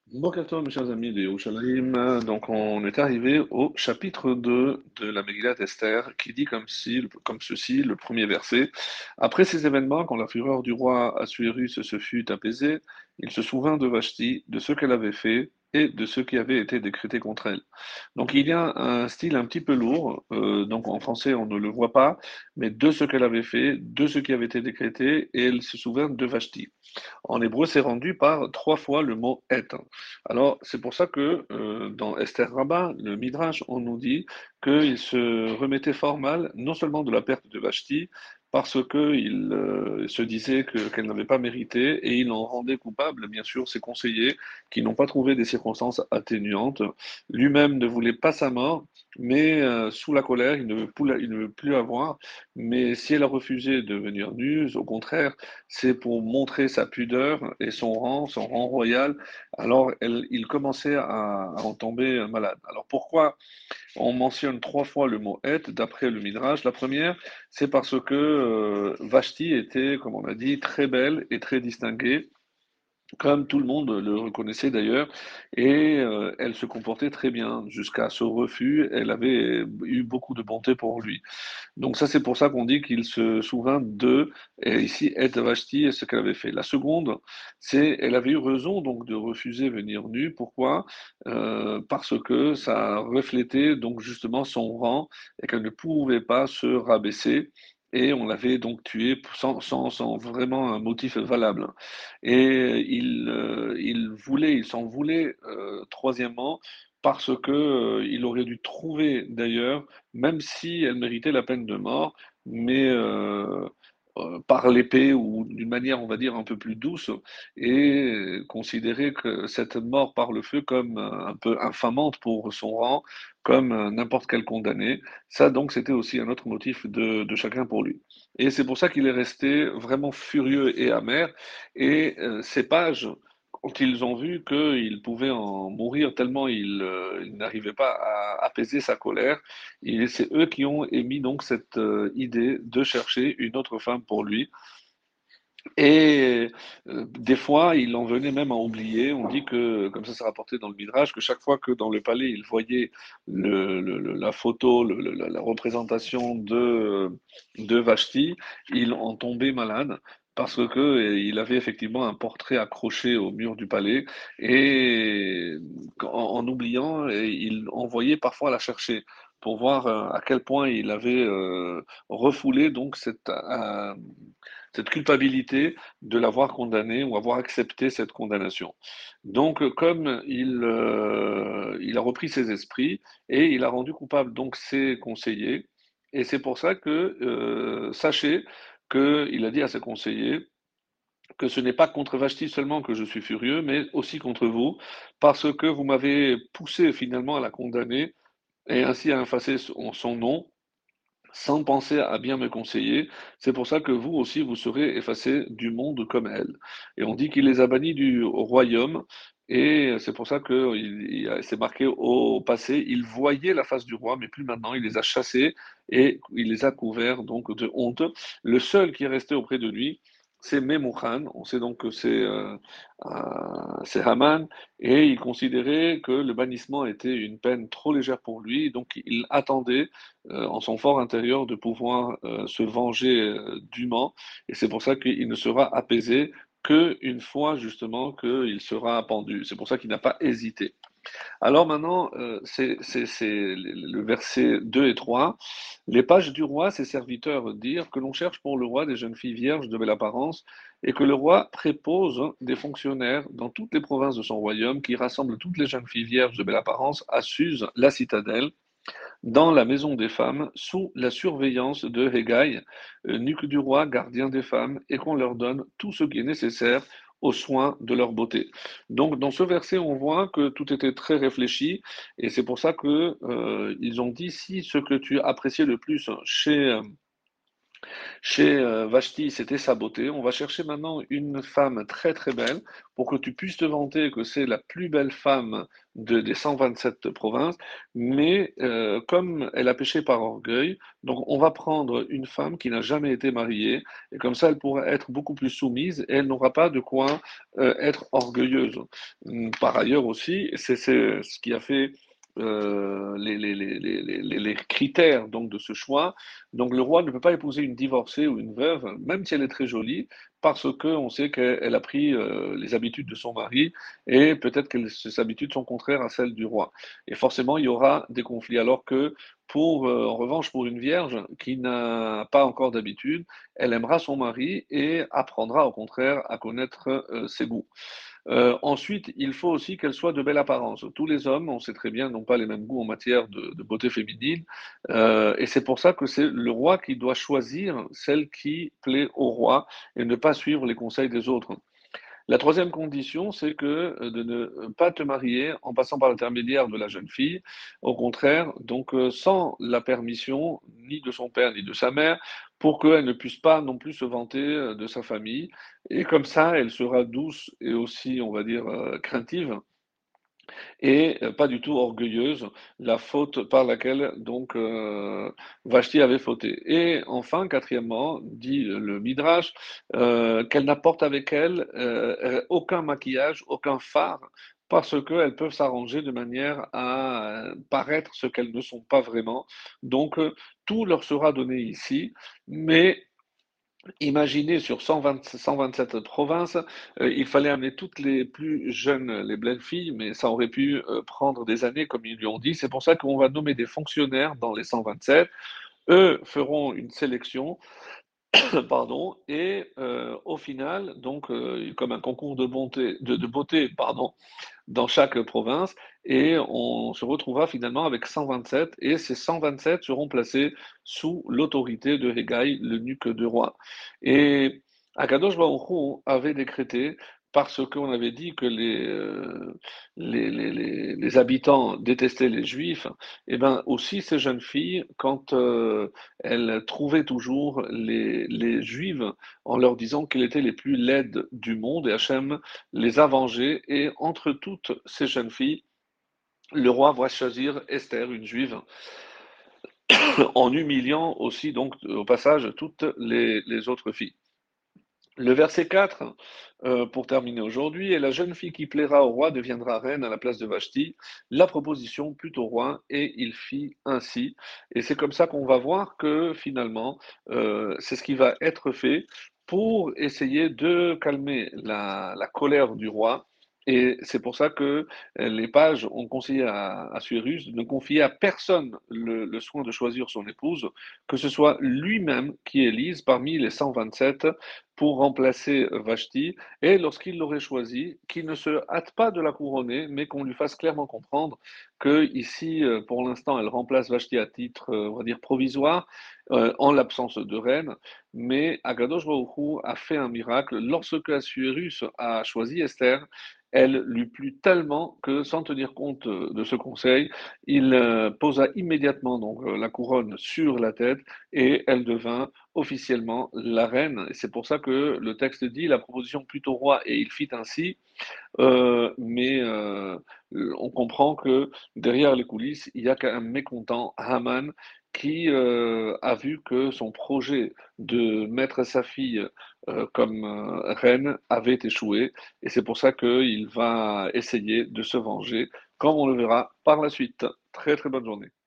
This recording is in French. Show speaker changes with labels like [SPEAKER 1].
[SPEAKER 1] Boker Tov, mes chers amis de Yerushalayim. Donc, on est arrivé au chapitre 2 de la Megillat Esther, qui dit comme ceci, le premier verset. Après ces événements, quand la fureur du roi Assuérus se fut apaisée, il se souvint de Vashti, de ce qu'elle avait fait et de ce qui avait été décrété contre elle. Donc, il y a un style un petit peu lourd, donc en français, on ne le voit pas, mais de ce qu'elle avait fait, de ce qui avait été décrété, et elle se souvint de Vashti. En hébreu, c'est rendu par trois fois le mot et. Alors, c'est pour ça que dans Esther Rabbah, le Midrash, on nous dit qu'il se remettait fort mal, non seulement de la perte de Vashti, parce qu'il se disait qu'elle n'avait pas mérité, et il en rendait coupable, bien sûr, ses conseillers qui n'ont pas trouvé des circonstances atténuantes. Lui-même ne voulait pas sa mort, mais sous la colère, il ne veut plus avoir. Mais si elle a refusé de venir nue, au contraire, c'est pour montrer sa pudeur et son rang royal. Alors, il commençait à en tomber malade. Alors, pourquoi on mentionne trois fois le mot et d'après le Midrash? La première, c'est parce que Vashti était, comme on a dit, très belle et très distinguée, comme tout le monde le reconnaissait d'ailleurs, et elle se comportait très bien jusqu'à ce refus. Elle avait eu beaucoup de bonté pour lui. Donc ça, c'est pour ça qu'on dit qu'il se souvint de, et ici, Et Vashti et ce qu'elle avait fait. La seconde, c'est, elle avait eu raison donc de refuser venir nue. Pourquoi? Parce que ça reflétait donc justement son rang et qu'elle ne pouvait pas se rabaisser. Et on l'avait donc tuée sans vraiment un motif valable. Et il s'en voulait, troisièmement, parce que il aurait dû trouver d'ailleurs, même si elle méritait la peine de mort, mais par l'épée ou d'une manière, on va dire, un peu plus douce, et considérer que cette mort par le feu comme un peu infamante pour son rang, comme n'importe quel condamné. Ça, donc, c'était aussi un autre motif de chacun pour lui. Et c'est pour ça qu'il est resté vraiment furieux et amer. Et ces pages, quand ils ont vu qu'ils pouvaient en mourir tellement ils n'arrivaient pas à apaiser sa colère, et c'est eux qui ont émis donc cette idée de chercher une autre femme pour lui. Et des fois, il en venait même à oublier. On dit que, comme ça c'est rapporté dans le Midrash, que chaque fois que dans le palais, il voyait la photo, la représentation de Vashti, il en tombait malade. Parce que il avait effectivement un portrait accroché au mur du palais et en oubliant, il envoyait parfois la chercher pour voir à quel point il avait refoulé donc cette culpabilité de l'avoir condamné ou avoir accepté cette condamnation. Donc, comme il a repris ses esprits et il a rendu coupable donc ses conseillers, et c'est pour ça que sachez qu'il a dit à ses conseillers que ce n'est pas contre Vashti seulement que je suis furieux, mais aussi contre vous, parce que vous m'avez poussé finalement à la condamner et ainsi à effacer son nom sans penser à bien me conseiller. C'est pour ça que vous aussi, vous serez effacés du monde comme elle. Et on dit qu'il les a bannis du royaume, et c'est pour ça que c'est marqué au passé, il voyait la face du roi, mais plus maintenant, il les a chassés et il les a couverts donc de honte. Le seul qui est resté auprès de lui, c'est Memouchan. On sait donc que c'est Haman, et il considérait que le bannissement était une peine trop légère pour lui, donc il attendait en son fort intérieur de pouvoir se venger dûment. Et c'est pour ça qu'il ne sera apaisé qu'une fois justement qu'il sera pendu. C'est pour ça qu'il n'a pas hésité. Alors maintenant, c'est le verset 2 et 3. Les pages du roi, ses serviteurs dirent que l'on cherche pour le roi des jeunes filles vierges de belle apparence et que le roi prépose des fonctionnaires dans toutes les provinces de son royaume qui rassemblent toutes les jeunes filles vierges de belle apparence à Suse, la citadelle, dans la maison des femmes, sous la surveillance de Hégaï, eunuque du roi, gardien des femmes, et qu'on leur donne tout ce qui est nécessaire aux soins de leur beauté. Donc, dans ce verset, on voit que tout était très réfléchi, et c'est pour ça que ils ont dit si ce que tu appréciais le plus chez Chez Vashti, c'était sa beauté. On va chercher maintenant une femme très très belle pour que tu puisses te vanter que c'est la plus belle femme des 127 provinces. Mais comme elle a péché par orgueil, donc on va prendre une femme qui n'a jamais été mariée et comme ça elle pourra être beaucoup plus soumise et elle n'aura pas de quoi être orgueilleuse. Par ailleurs aussi, c'est ce qui a fait les critères donc de ce choix. Donc le roi ne peut pas épouser une divorcée ou une veuve, même si elle est très jolie, parce qu'on sait qu'elle a pris les habitudes de son mari et peut-être que ces habitudes sont contraires à celles du roi. Et forcément, il y aura des conflits. Alors que en revanche, pour une vierge qui n'a pas encore d'habitude, elle aimera son mari et apprendra au contraire à connaître ses goûts. Ensuite, il faut aussi qu'elle soit de belle apparence. Tous les hommes, on sait très bien, n'ont pas les mêmes goûts en matière de beauté féminine, et c'est pour ça que c'est le roi qui doit choisir celle qui plaît au roi et ne pas suivre les conseils des autres. La troisième condition, c'est que de ne pas te marier en passant par l'intermédiaire de la jeune fille. Au contraire, donc sans la permission ni de son père ni de sa mère, pour qu'elle ne puisse pas non plus se vanter de sa famille. Et comme ça, elle sera douce et aussi, on va dire, craintive et pas du tout orgueilleuse, la faute par laquelle donc Vashti avait fauté. Et enfin, quatrièmement, dit le Midrash, qu'elle n'apporte avec elle aucun maquillage, aucun fard, parce qu'elles peuvent s'arranger de manière à paraître ce qu'elles ne sont pas vraiment. Donc, tout leur sera donné ici, mais imaginez sur 127 provinces, il fallait amener toutes les plus jeunes, les belles filles, mais ça aurait pu prendre des années, comme ils lui ont dit. C'est pour ça qu'on va nommer des fonctionnaires dans les 127. Eux feront une sélection, pardon, et au final, donc comme un concours de beauté, pardon, dans chaque province et on se retrouvera finalement avec 127 et ces 127 seront placés sous l'autorité de Hégaï, l'eunuque du roi. Et Akadosh Baruch Hu avait décrété, parce qu'on avait dit que les habitants détestaient les juifs, et bien aussi ces jeunes filles, quand elles trouvaient toujours les juives en leur disant qu'elles étaient les plus laides du monde, et Hachem les a vengées, et entre toutes ces jeunes filles, le roi va choisir Esther, une juive, en humiliant aussi, donc, au passage, toutes les autres filles. Le verset 4, pour terminer aujourd'hui, et la jeune fille qui plaira au roi deviendra reine à la place de Vashti. La proposition plut au roi, et il fit ainsi. Et c'est comme ça qu'on va voir que finalement, c'est ce qui va être fait pour essayer de calmer la colère du roi. Et c'est pour ça que les pages ont conseillé à Suérus de ne confier à personne le soin de choisir son épouse, que ce soit lui-même qui élise parmi les 127 pour remplacer Vashti, et lorsqu'il l'aurait choisi, qu'il ne se hâte pas de la couronner, mais qu'on lui fasse clairement comprendre que ici, pour l'instant, elle remplace Vashti à titre, on va dire, provisoire, en l'absence de reine, mais Akadosh Baruch Hu a fait un miracle. Lorsque Assuérus a choisi Esther, elle lui plut tellement que, sans tenir compte de ce conseil, il posa immédiatement donc la couronne sur la tête et elle devint officiellement la reine. Et c'est pour ça que le texte dit la proposition plutôt roi et il fit ainsi. Mais on comprend que derrière les coulisses, il y a qu'un mécontent, Haman, qui a vu que son projet de mettre sa fille comme reine avait échoué. Et c'est pour ça qu'il va essayer de se venger, comme on le verra par la suite. Très très bonne journée.